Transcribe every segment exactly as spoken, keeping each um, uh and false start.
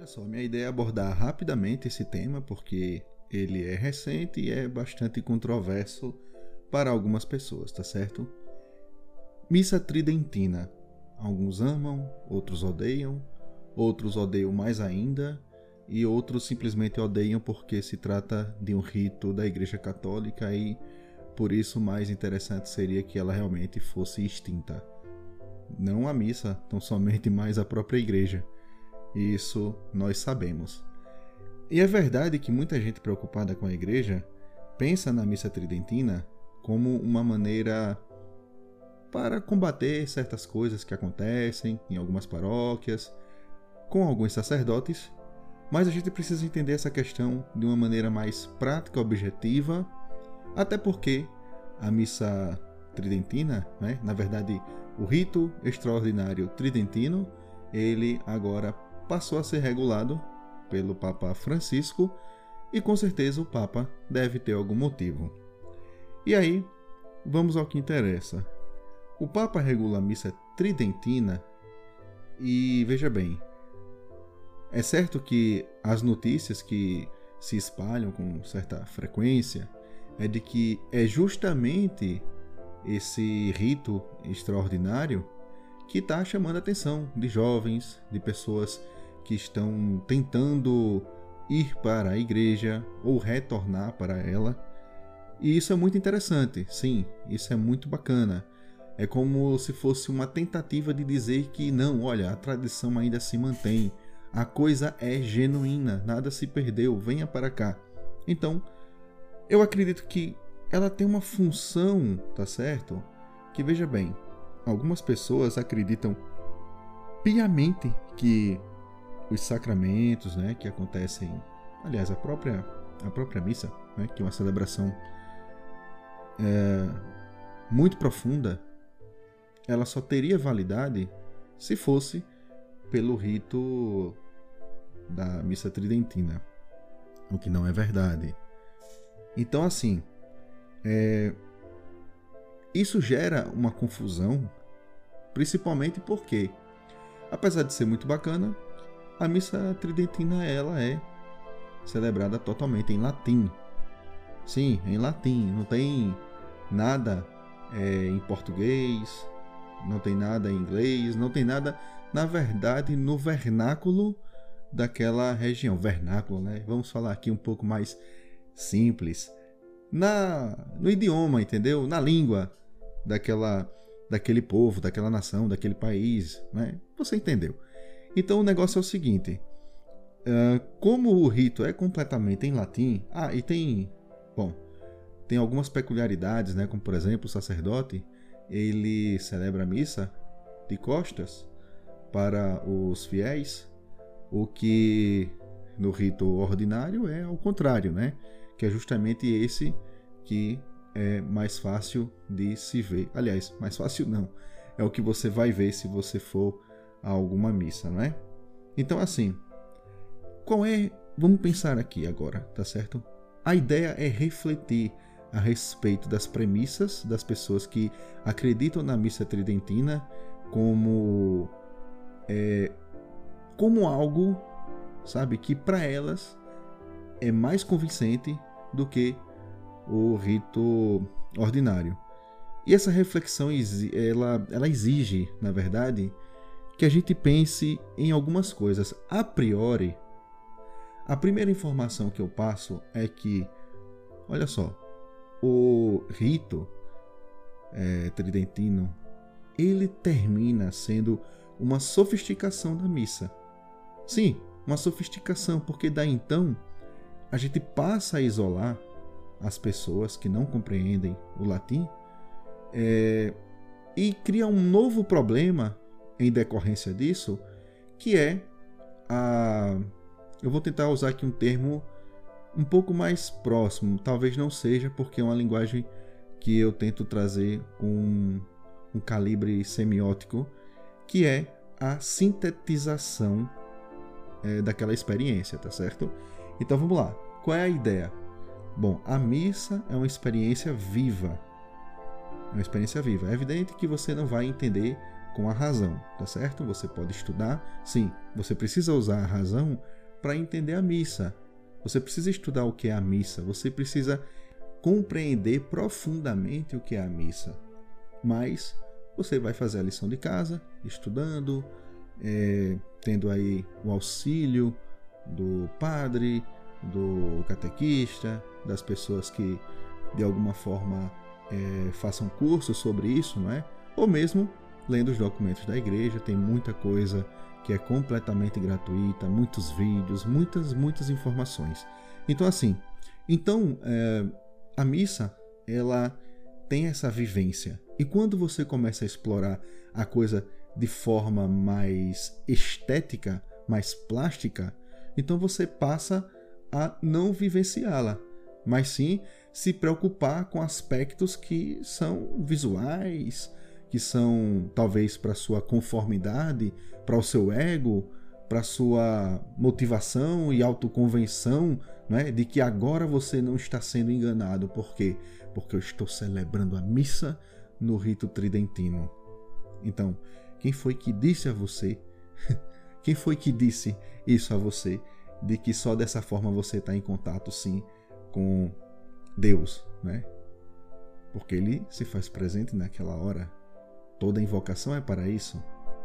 Olha só, minha ideia é abordar rapidamente esse tema porque ele é recente e é bastante controverso para algumas pessoas, tá certo? Missa tridentina. Alguns amam, outros odeiam, outros odeiam mais ainda e outros simplesmente odeiam porque se trata de um rito da Igreja Católica e por isso o mais interessante seria que ela realmente fosse extinta. Não a missa, tão somente mais a própria Igreja. Isso nós sabemos. E é verdade que muita gente preocupada com a Igreja pensa na missa tridentina como uma maneira para combater certas coisas que acontecem em algumas paróquias, com alguns sacerdotes, mas a gente precisa entender essa questão de uma maneira mais prática, objetiva, até porque a missa tridentina, né, na verdade o rito extraordinário tridentino, ele agora passou a ser regulado pelo Papa Francisco e com certeza o Papa deve ter algum motivo. E aí, vamos ao que interessa. O Papa regula a missa tridentina e, veja bem, é certo que as notícias que se espalham com certa frequência é de que é justamente esse rito extraordinário que está chamando a atenção de jovens, de pessoas que estão tentando ir para a igreja ou retornar para ela. E isso é muito interessante, sim, isso é muito bacana. É como se fosse uma tentativa de dizer que não, olha, a tradição ainda se mantém, a coisa é genuína, nada se perdeu, venha para cá. Então, eu acredito que ela tem uma função, tá certo? Que veja bem, algumas pessoas acreditam piamente que os sacramentos, né, que acontecem, aliás, a própria, a própria missa, né, que é uma celebração é, muito profunda, ela só teria validade se fosse pelo rito da missa tridentina, o que não é verdade. Então, assim, é, isso gera uma confusão, principalmente porque, apesar de ser muito bacana, a missa tridentina ela é celebrada totalmente em latim. Sim, em latim. Não tem nada é, em português, não tem nada em inglês, não tem nada, na verdade, no vernáculo daquela região. Vernáculo, né? Vamos falar aqui um pouco mais simples. Na, no idioma, entendeu? Na língua daquela, daquele povo, daquela nação, daquele país, né? Você entendeu? Então o negócio é o seguinte, uh, como o rito é completamente em latim, ah, e tem, bom, tem algumas peculiaridades, né, como por exemplo o sacerdote, ele celebra a missa de costas para os fiéis, o que no rito ordinário é ao contrário, né, que é justamente esse que é mais fácil de se ver, aliás, mais fácil não, é o que você vai ver se você for a alguma missa, não é? Então, assim, qual é... Vamos pensar aqui agora, tá certo? A ideia é refletir a respeito das premissas das pessoas que acreditam na missa tridentina como, é, como algo, sabe, que para elas é mais convincente do que o rito ordinário. E essa reflexão, ela, ela exige, na verdade, que a gente pense em algumas coisas. A priori, a primeira informação que eu passo é que, olha só, o rito é, tridentino, ele termina sendo uma sofisticação da missa. Sim, uma sofisticação, porque daí então a gente passa a isolar as pessoas que não compreendem o latim é, e cria um novo problema em decorrência disso, que é a... Eu vou tentar usar aqui um termo um pouco mais próximo, talvez não seja, porque é uma linguagem que eu tento trazer com um calibre semiótico, que é a sintetização é, daquela experiência, tá certo? Então vamos lá, qual é a ideia? Bom, a missa é uma experiência viva. É uma experiência viva. É evidente que você não vai entender com a razão, tá certo? Você pode estudar, sim, você precisa usar a razão para entender a missa. Você precisa estudar o que é a missa, você precisa compreender profundamente o que é a missa. Mas você vai fazer a lição de casa, estudando, é, tendo aí o auxílio do padre, do catequista, das pessoas que de alguma forma é, façam curso sobre isso, não é? Ou mesmo lendo os documentos da igreja. Tem muita coisa que é completamente gratuita, muitos vídeos, muitas, muitas informações. Então assim, então é, a missa, ela tem essa vivência. E quando você começa a explorar a coisa de forma mais estética, mais plástica, então você passa a não vivenciá-la, mas sim se preocupar com aspectos que são visuais, que são talvez para sua conformidade, para o seu ego, para sua motivação e autoconvenção, né, de que agora você não está sendo enganado. Por quê? Porque eu estou celebrando a missa no rito tridentino. Então, quem foi que disse a você, quem foi que disse isso a você, de que só dessa forma você está em contato, sim, com Deus, né? Porque Ele se faz presente naquela hora. Toda invocação é para isso.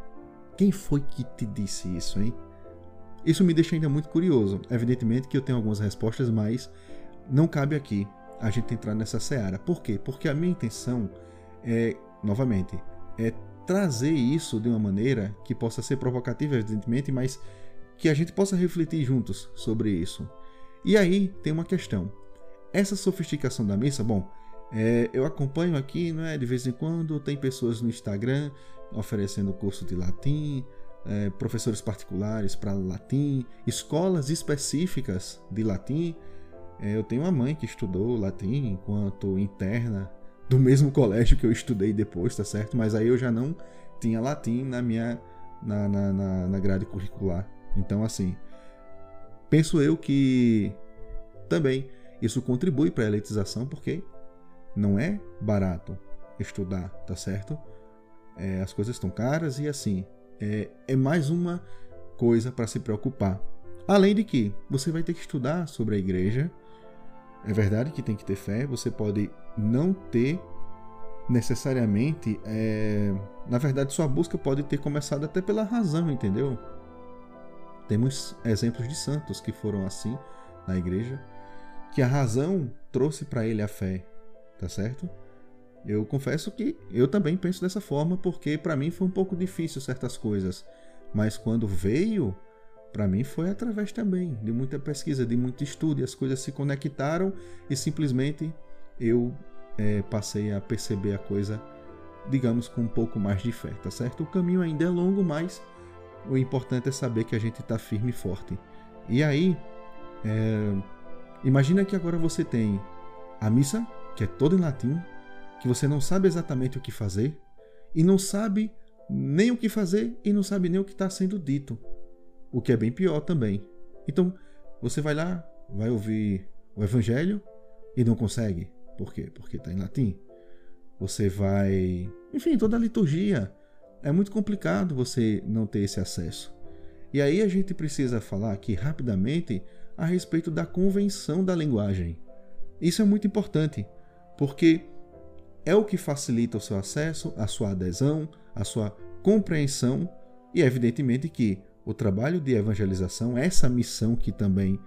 Quem foi que te disse isso, hein? Isso me deixa ainda muito curioso. Evidentemente que eu tenho algumas respostas, mas não cabe aqui a gente entrar nessa seara. Por quê? Porque a minha intenção é, novamente, é trazer isso de uma maneira que possa ser provocativa, evidentemente, mas que a gente possa refletir juntos sobre isso. E aí tem uma questão. Essa sofisticação da missa, bom, é, eu acompanho aqui, não é, de vez em quando, tem pessoas no Instagram oferecendo curso de latim, é, professores particulares para latim, escolas específicas de latim. É, eu tenho uma mãe que estudou latim enquanto interna do mesmo colégio que eu estudei depois, tá certo? Mas aí eu já não tinha latim na minha na, na, na, na grade curricular. Então, assim, penso eu que também isso contribui para a elitização, porque não é barato estudar, tá certo? É, as coisas estão caras e, assim, é, é mais uma coisa para se preocupar. Além de que você vai ter que estudar sobre a igreja. É verdade que tem que ter fé, você pode não ter necessariamente, é... na verdade sua busca pode ter começado até pela razão, entendeu? Temos exemplos de santos que foram assim na igreja, que a razão trouxe para ele a fé, tá certo? Eu confesso que eu também penso dessa forma, porque para mim foi um pouco difícil certas coisas, mas quando veio, para mim foi através também de muita pesquisa, de muito estudo, e as coisas se conectaram e simplesmente eu é, passei a perceber a coisa, digamos, com um pouco mais de fé, tá certo? O caminho ainda é longo, mas o importante é saber que a gente está firme e forte. E aí, é, imagina que agora você tem a missa, que é toda em latim, que você não sabe exatamente o que fazer, e não sabe nem o que fazer, e não sabe nem o que está sendo dito. O que é bem pior também. Então, você vai lá, vai ouvir o evangelho e não consegue. Por quê? Porque está em latim. Você vai... Enfim, toda a liturgia. É muito complicado você não ter esse acesso. E aí a gente precisa falar aqui rapidamente a respeito da convenção da linguagem. Isso é muito importante, porque é o que facilita o seu acesso, a sua adesão, a sua compreensão e, evidentemente, que o trabalho de evangelização, essa missão que também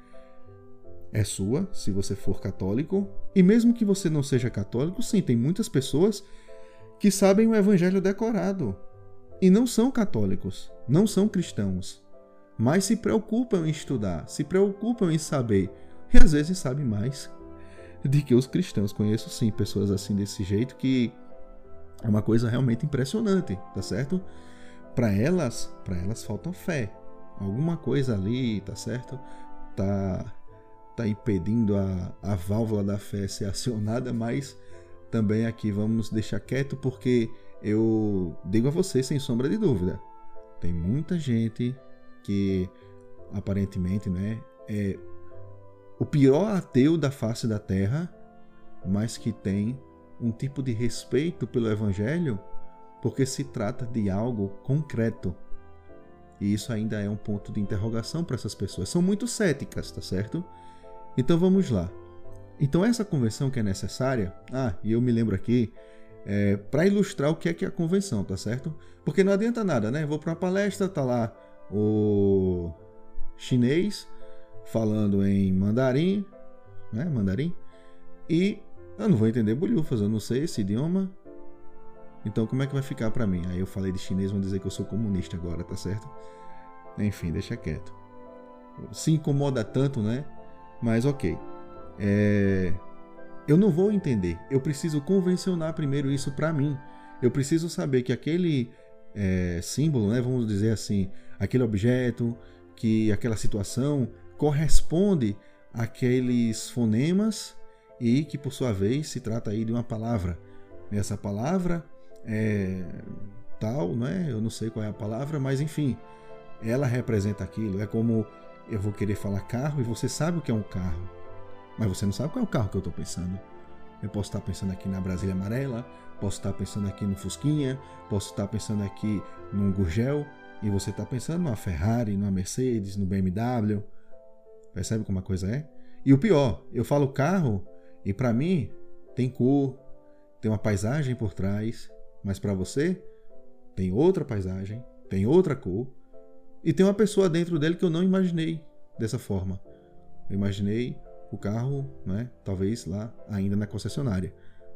é sua, se você for católico, e mesmo que você não seja católico, sim, tem muitas pessoas que sabem o evangelho decorado e não são católicos, não são cristãos, mas se preocupam em estudar, se preocupam em saber, e às vezes sabem mais do que os cristãos. Conheço sim pessoas assim desse jeito, que é uma coisa realmente impressionante, tá certo? Para elas, para elas falta fé. Alguma coisa ali, tá certo? Tá, tá impedindo a, a válvula da fé ser acionada, mas também aqui vamos deixar quieto, porque eu digo a vocês sem sombra de dúvida, tem muita gente que aparentemente, né, é o pior ateu da face da terra, mas que tem um tipo de respeito pelo Evangelho, porque se trata de algo concreto. E isso ainda é um ponto de interrogação para essas pessoas. São muito céticas, tá certo? Então vamos lá. Então essa convenção que é necessária, ah, e eu me lembro aqui, é, para ilustrar o que é que é a convenção, tá certo? Porque não adianta nada, né? Vou para uma palestra, tá lá o chinês falando em mandarim, né? Mandarim, e eu não vou entender bolhufas, eu não sei esse idioma. Então como é que vai ficar para mim? Aí eu falei de chinês, vão dizer que eu sou comunista agora, tá certo? Enfim, deixa quieto. Se incomoda tanto, né? Mas ok. É... Eu não vou entender. Eu preciso convencionar primeiro isso para mim. Eu preciso saber que aquele é, símbolo, né, vamos dizer assim, aquele objeto, que aquela situação corresponde àqueles fonemas e que, por sua vez, se trata aí de uma palavra. Essa palavra é tal, né? Eu não sei qual é a palavra, mas enfim, ela representa aquilo. É como eu vou querer falar carro e você sabe o que é um carro, mas você não sabe qual é o carro que eu estou pensando. Eu posso estar pensando aqui na Brasília amarela, posso estar pensando aqui no Fusquinha, posso estar pensando aqui num Gurgel, e você está pensando numa Ferrari, numa Mercedes, no B M W. Percebe como a coisa é? E o pior, eu falo carro e para mim tem cor, tem uma paisagem por trás, mas para você tem outra paisagem, tem outra cor e tem uma pessoa dentro dele que eu não imaginei dessa forma. Eu imaginei o carro, né, talvez lá ainda na concessionária.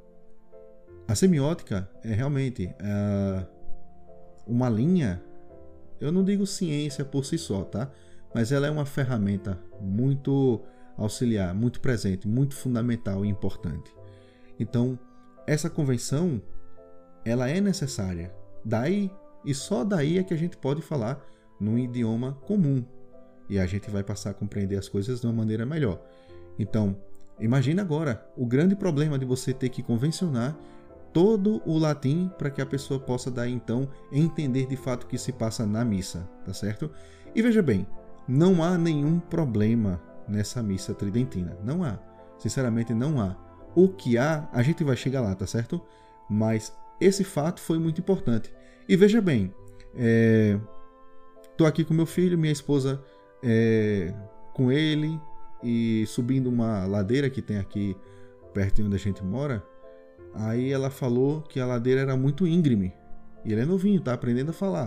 A semiótica é realmente é, uma linha, eu não digo ciência por si só, tá? Mas ela é uma ferramenta muito auxiliar, muito presente, muito fundamental e importante. Então, essa convenção, ela é necessária. Daí, e só daí é que a gente pode falar num idioma comum. E a gente vai passar a compreender as coisas de uma maneira melhor. Então, imagina agora o grande problema de você ter que convencionar todo o latim para que a pessoa possa daí então entender de fato o que se passa na missa, tá certo? E veja bem, não há nenhum problema nessa missa tridentina, não há, sinceramente não há. O que há, a gente vai chegar lá, tá certo? Mas esse fato foi muito importante. E veja bem, é... tô aqui com meu filho, minha esposa é... com ele e subindo uma ladeira que tem aqui perto de onde a gente mora. Aí ela falou que a ladeira era muito íngreme. E ele é novinho, tá aprendendo a falar.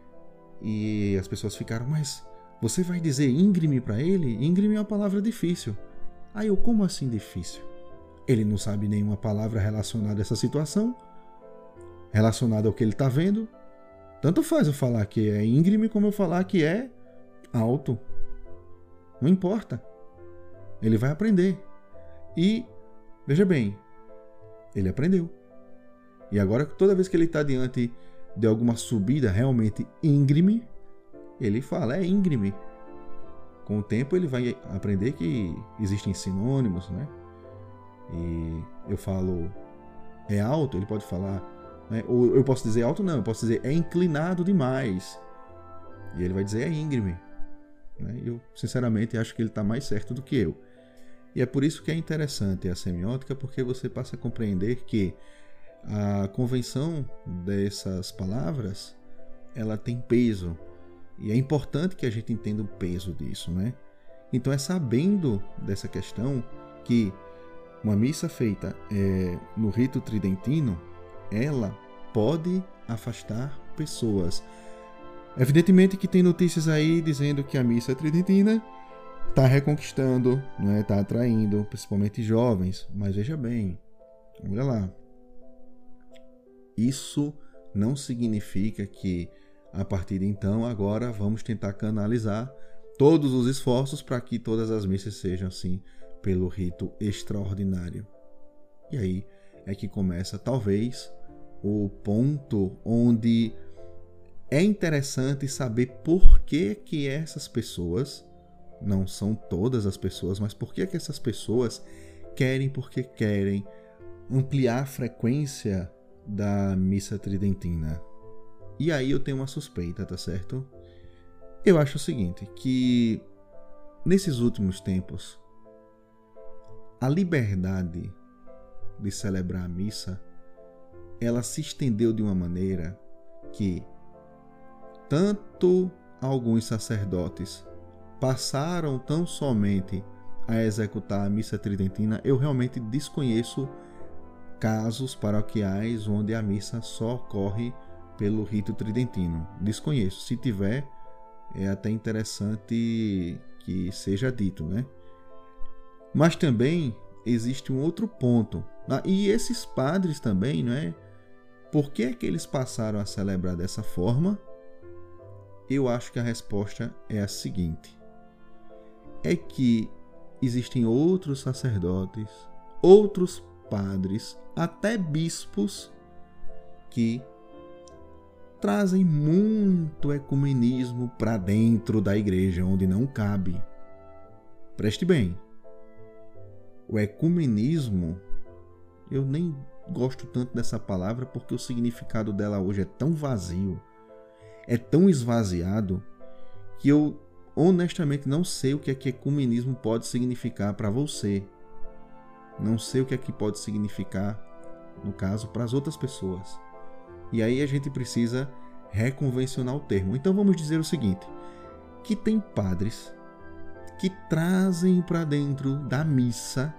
E as pessoas ficaram, mas você vai dizer íngreme para ele? Íngreme é uma palavra difícil. Aí eu, como assim difícil? Ele não sabe nenhuma palavra relacionada a essa situação, relacionada ao que ele está vendo. Tanto faz eu falar que é íngreme como eu falar que é alto. Não importa. Ele vai aprender. E, veja bem, ele aprendeu. E agora, toda vez que ele está diante de alguma subida realmente íngreme, ele fala, é íngreme. Com o tempo ele vai aprender que existem sinônimos, né? E eu falo, é alto, ele pode falar, né? Ou eu posso dizer alto, não, eu posso dizer é inclinado demais. E ele vai dizer é íngreme. Né? Eu, sinceramente, acho que ele está mais certo do que eu. E é por isso que é interessante a semiótica, porque você passa a compreender que a convenção dessas palavras, ela tem peso. E é importante que a gente entenda o peso disso, né? Então é sabendo dessa questão que uma missa feita é, no rito tridentino, ela pode afastar pessoas. Evidentemente que tem notícias aí dizendo que a missa tridentina está reconquistando, né? Está atraindo, principalmente jovens. Mas veja bem, olha lá. Isso não significa que, a partir de então, agora vamos tentar canalizar todos os esforços para que todas as missas sejam assim, pelo rito extraordinário. E aí é que começa, talvez, o ponto onde é interessante saber por que que essas pessoas, não são todas as pessoas, mas por que que essas pessoas querem, porque querem ampliar a frequência da missa tridentina. E aí eu tenho uma suspeita, tá certo? Eu acho o seguinte, que nesses últimos tempos, a liberdade de celebrar a missa, ela se estendeu de uma maneira que tanto alguns sacerdotes passaram tão somente a executar a missa tridentina. Eu realmente desconheço casos paroquiais onde a missa só ocorre pelo rito tridentino. Desconheço. Se tiver, é até interessante que seja dito, né? Mas também existe um outro ponto. E esses padres também, né? Por que é que eles passaram a celebrar dessa forma? Eu acho que a resposta é a seguinte. É que existem outros sacerdotes, outros padres, até bispos, que trazem muito ecumenismo para dentro da igreja, onde não cabe. Preste bem. O ecumenismo, eu nem gosto tanto dessa palavra porque o significado dela hoje é tão vazio, é tão esvaziado, que eu honestamente não sei o que é que ecumenismo pode significar para você. Não sei o que é que pode significar, no caso, para as outras pessoas. E aí a gente precisa reconvencionar o termo. Então vamos dizer o seguinte, que tem padres que trazem para dentro da missa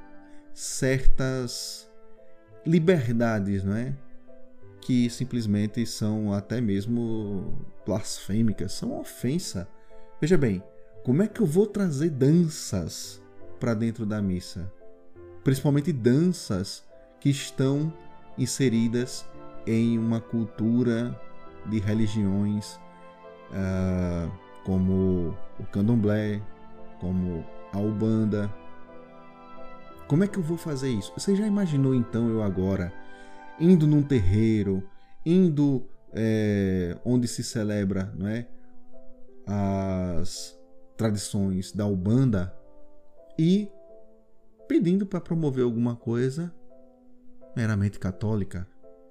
certas liberdades, não é? Que simplesmente são até mesmo blasfêmicas, são ofensa. Veja bem, como é que eu vou trazer danças para dentro da missa? Principalmente danças que estão inseridas em uma cultura de religiões uh, como o candomblé, como a Umbanda. Como é que eu vou fazer isso? Você já imaginou então eu agora indo num terreiro, indo é, onde se celebra, não é, as tradições da Umbanda e pedindo para promover alguma coisa meramente católica?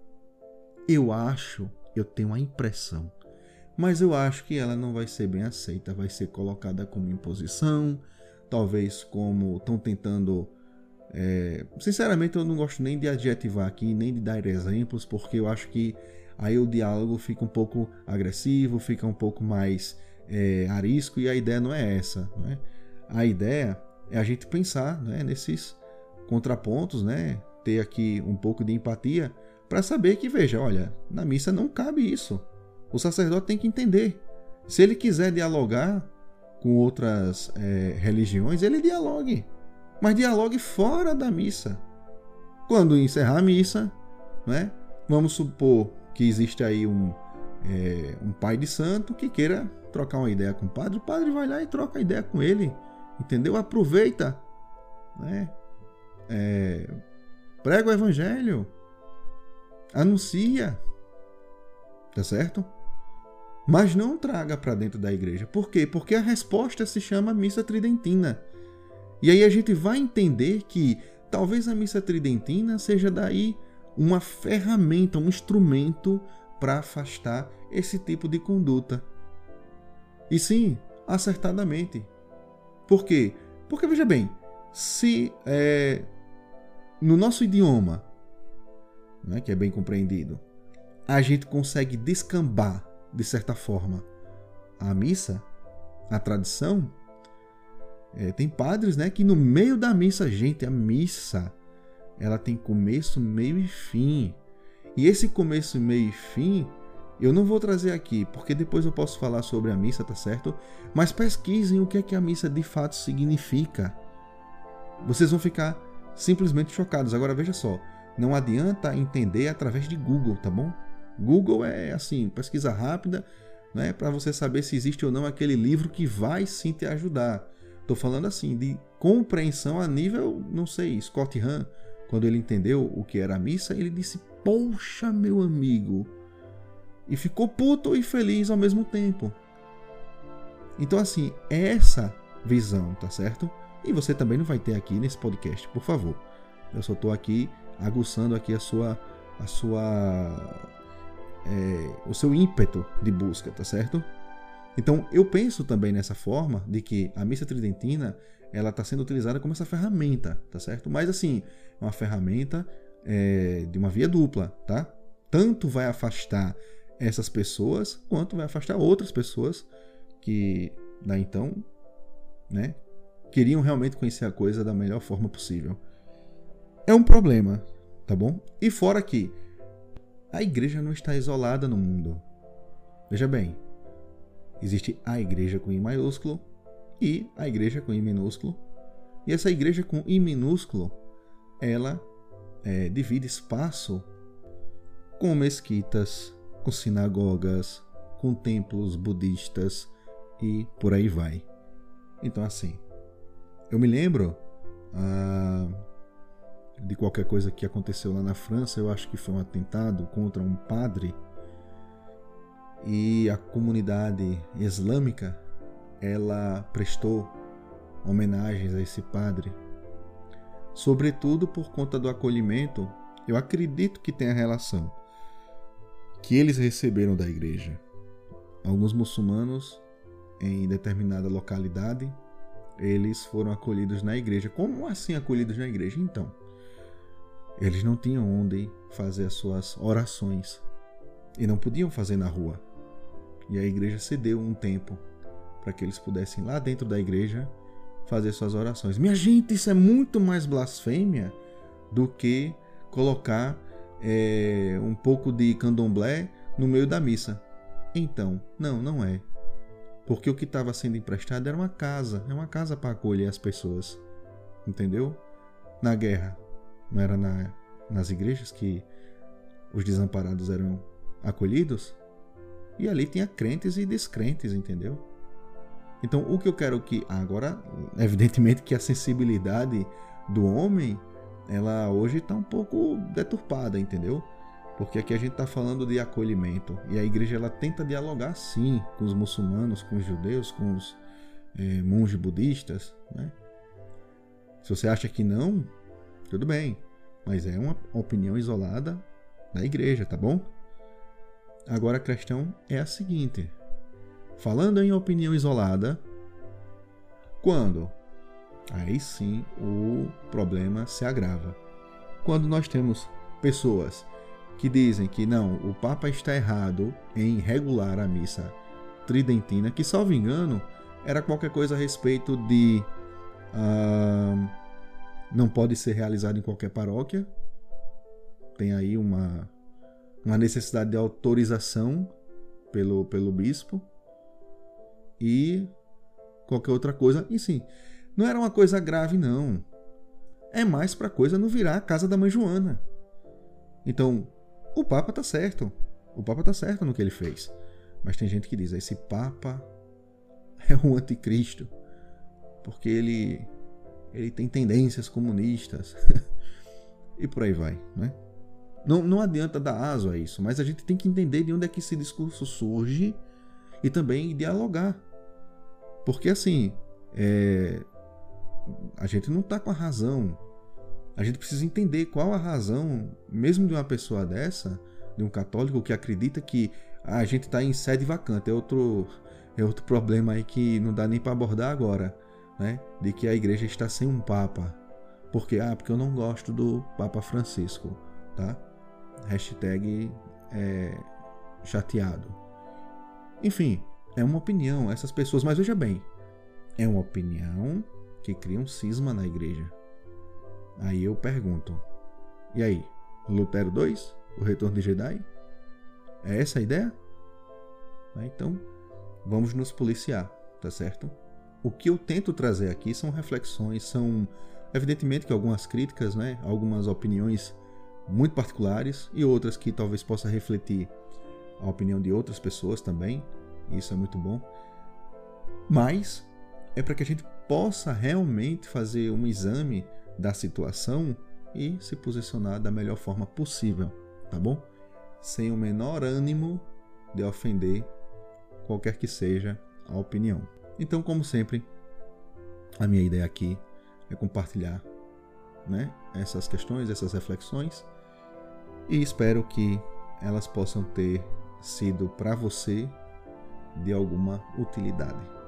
Eu acho, eu tenho a impressão, mas eu acho que ela não vai ser bem aceita, vai ser colocada como imposição, talvez como estão tentando... É, sinceramente eu não gosto nem de adjetivar aqui, nem de dar exemplos, porque eu acho que aí o diálogo fica um pouco agressivo, fica um pouco mais é, arisco, e a ideia não é essa, não é? A ideia é a gente pensar, né, nesses contrapontos, né, ter aqui um pouco de empatia para saber que, veja, olha, na missa não cabe isso. O sacerdote tem que entender. Se ele quiser dialogar com outras é, religiões, ele dialogue. Mas dialogue fora da missa. Quando encerrar a missa, né, vamos supor que existe aí um, é, um pai de santo que queira trocar uma ideia com o padre. O padre vai lá e troca a ideia com ele. Entendeu? Aproveita. Né? É, prega o evangelho. Anuncia. Tá certo? Mas não traga para dentro da igreja. Por quê? Porque a resposta se chama missa tridentina. E aí a gente vai entender que talvez a missa tridentina seja daí uma ferramenta, um instrumento para afastar esse tipo de conduta. E sim, acertadamente. Por quê? Porque, veja bem, se é, no nosso idioma, né, que é bem compreendido, a gente consegue descambar, de certa forma, a missa, a tradição, É, tem padres, né, que no meio da missa, gente, a missa, ela tem começo, meio e fim. E esse começo, meio e fim, eu não vou trazer aqui, porque depois eu posso falar sobre a missa, tá certo? Mas pesquisem o que é que a missa de fato significa. Vocês vão ficar simplesmente chocados. Agora veja só, não adianta entender através de Google, tá bom? Google é assim, pesquisa rápida, né, para você saber se existe ou não aquele livro que vai sim te ajudar. Estou falando assim, de compreensão a nível, não sei, Scott Hahn, quando ele entendeu o que era a missa, ele disse, poxa, meu amigo, e ficou puto e feliz ao mesmo tempo. Então, assim, é essa visão, tá certo? E você também não vai ter aqui nesse podcast, por favor. Eu só estou aqui aguçando aqui a sua, a sua, é, o seu ímpeto de busca, tá certo? Então, eu penso também nessa forma de que a missa tridentina ela está sendo utilizada como essa ferramenta, tá certo? Mas assim, é uma ferramenta é, de uma via dupla, tá? Tanto vai afastar essas pessoas, quanto vai afastar outras pessoas que, daí então, né, queriam realmente conhecer a coisa da melhor forma possível. É um problema, tá bom? E fora que a igreja não está isolada no mundo. Veja bem, existe a igreja com I maiúsculo e a igreja com I minúsculo. E essa igreja com I minúsculo, ela é, divide espaço com mesquitas, com sinagogas, com templos budistas e por aí vai. Então assim, eu me lembro ah, de qualquer coisa que aconteceu lá na França. Eu acho que foi um atentado contra um padre, e a comunidade islâmica ela prestou homenagens a esse padre, sobretudo por conta do acolhimento. Eu acredito que tenha relação que eles receberam da igreja. Alguns muçulmanos em determinada localidade, eles foram acolhidos na igreja. Como assim acolhidos na igreja? Então, eles não tinham onde fazer as suas orações e não podiam fazer na rua. E a igreja cedeu um tempo para que eles pudessem lá dentro da igreja fazer suas orações. Minha gente, isso é muito mais blasfêmia do que colocar é, um pouco de candomblé no meio da missa. Então, não, não é. Porque o que estava sendo emprestado era uma casa, é uma casa para acolher as pessoas. Entendeu? Na guerra, não era na, nas igrejas que os desamparados eram acolhidos? E ali tinha crentes e descrentes, entendeu? Então, o que eu quero que... Agora, evidentemente que a sensibilidade do homem, ela hoje está um pouco deturpada, entendeu? Porque aqui a gente está falando de acolhimento. E a igreja, ela tenta dialogar, sim, com os muçulmanos, com os judeus, com os é, monges budistas, né? Se você acha que não, tudo bem. Mas é uma opinião isolada da igreja, tá bom? Agora a questão é a seguinte. Falando em opinião isolada, quando? Aí sim o problema se agrava. Quando nós temos pessoas que dizem que não, o Papa está errado em regular a missa tridentina, que, salvo engano, era qualquer coisa a respeito de uh, não pode ser realizado em qualquer paróquia. Tem aí uma uma necessidade de autorização pelo, pelo bispo e qualquer outra coisa. E sim, não era uma coisa grave, não. É mais para a coisa não virar a casa da mãe Joana. Então, o Papa tá certo. O Papa tá certo no que ele fez. Mas tem gente que diz, esse Papa é um anticristo, porque ele, ele tem tendências comunistas. E por aí vai, né? Não, não adianta dar aso a isso, mas a gente tem que entender de onde é que esse discurso surge e também dialogar. Porque assim, é, a gente não está com a razão. A gente precisa entender qual a razão, mesmo de uma pessoa dessa, de um católico que acredita que a gente está em sede vacante. É outro, é outro problema aí que não dá nem para abordar agora, né? De que a igreja está sem um Papa. Por quê? Ah, porque eu não gosto do Papa Francisco, tá? Hashtag é, chateado. Enfim, é uma opinião, essas pessoas, mas veja bem, é uma opinião que cria um cisma na igreja. Aí eu pergunto, e aí, Lutero dois? O retorno de Jedi? É essa a ideia? Então, vamos nos policiar, tá certo? O que eu tento trazer aqui são reflexões, são evidentemente que algumas críticas, né, algumas opiniões muito particulares e outras que talvez possa refletir a opinião de outras pessoas também. Isso é muito bom. Mas é para que a gente possa realmente fazer um exame da situação e se posicionar da melhor forma possível, tá bom? Sem o menor ânimo de ofender qualquer que seja a opinião. Então, como sempre, a minha ideia aqui é compartilhar, né, essas questões, essas reflexões, e espero que elas possam ter sido para você de alguma utilidade.